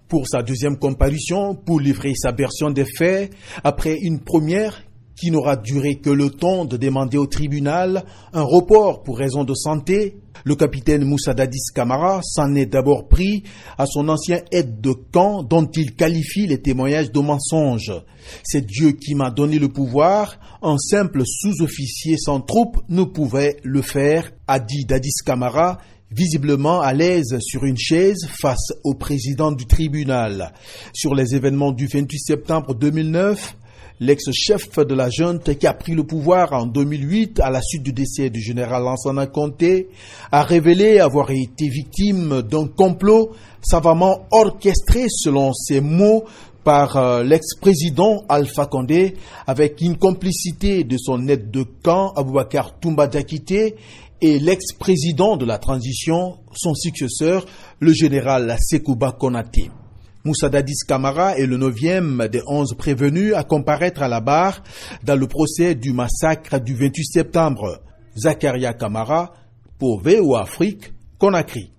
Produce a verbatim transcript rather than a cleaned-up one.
pour sa deuxième comparution pour livrer sa version des faits après une première qui n'aura duré que le temps de demander au tribunal un report pour raison de santé. Le capitaine Moussa Dadis Camara s'en est d'abord pris à son ancien aide de camp dont il qualifie les témoignages de mensonges. C'est Dieu qui m'a donné le pouvoir, un simple sous-officier sans troupe ne pouvait le faire, a dit Dadis Camara, visiblement à l'aise sur une chaise face au président du tribunal. Sur les événements du vingt-huit septembre deux mille neuf, l'ex-chef de la junte qui a pris le pouvoir en deux mille huit à la suite du décès du général Lansana Conté a révélé avoir été victime d'un complot savamment orchestré selon ses mots par euh, l'ex-président Alpha Condé avec une complicité de son aide de camp Aboubakar Toumba Diakité et l'ex-président de la transition, son successeur, le général Sekouba Konaté. Moussa Dadis Camara est le neuvième des onze prévenus à comparaître à la barre dans le procès du massacre du vingt-huit septembre. Zakaria Camara, pour V O Afrique, Conakry.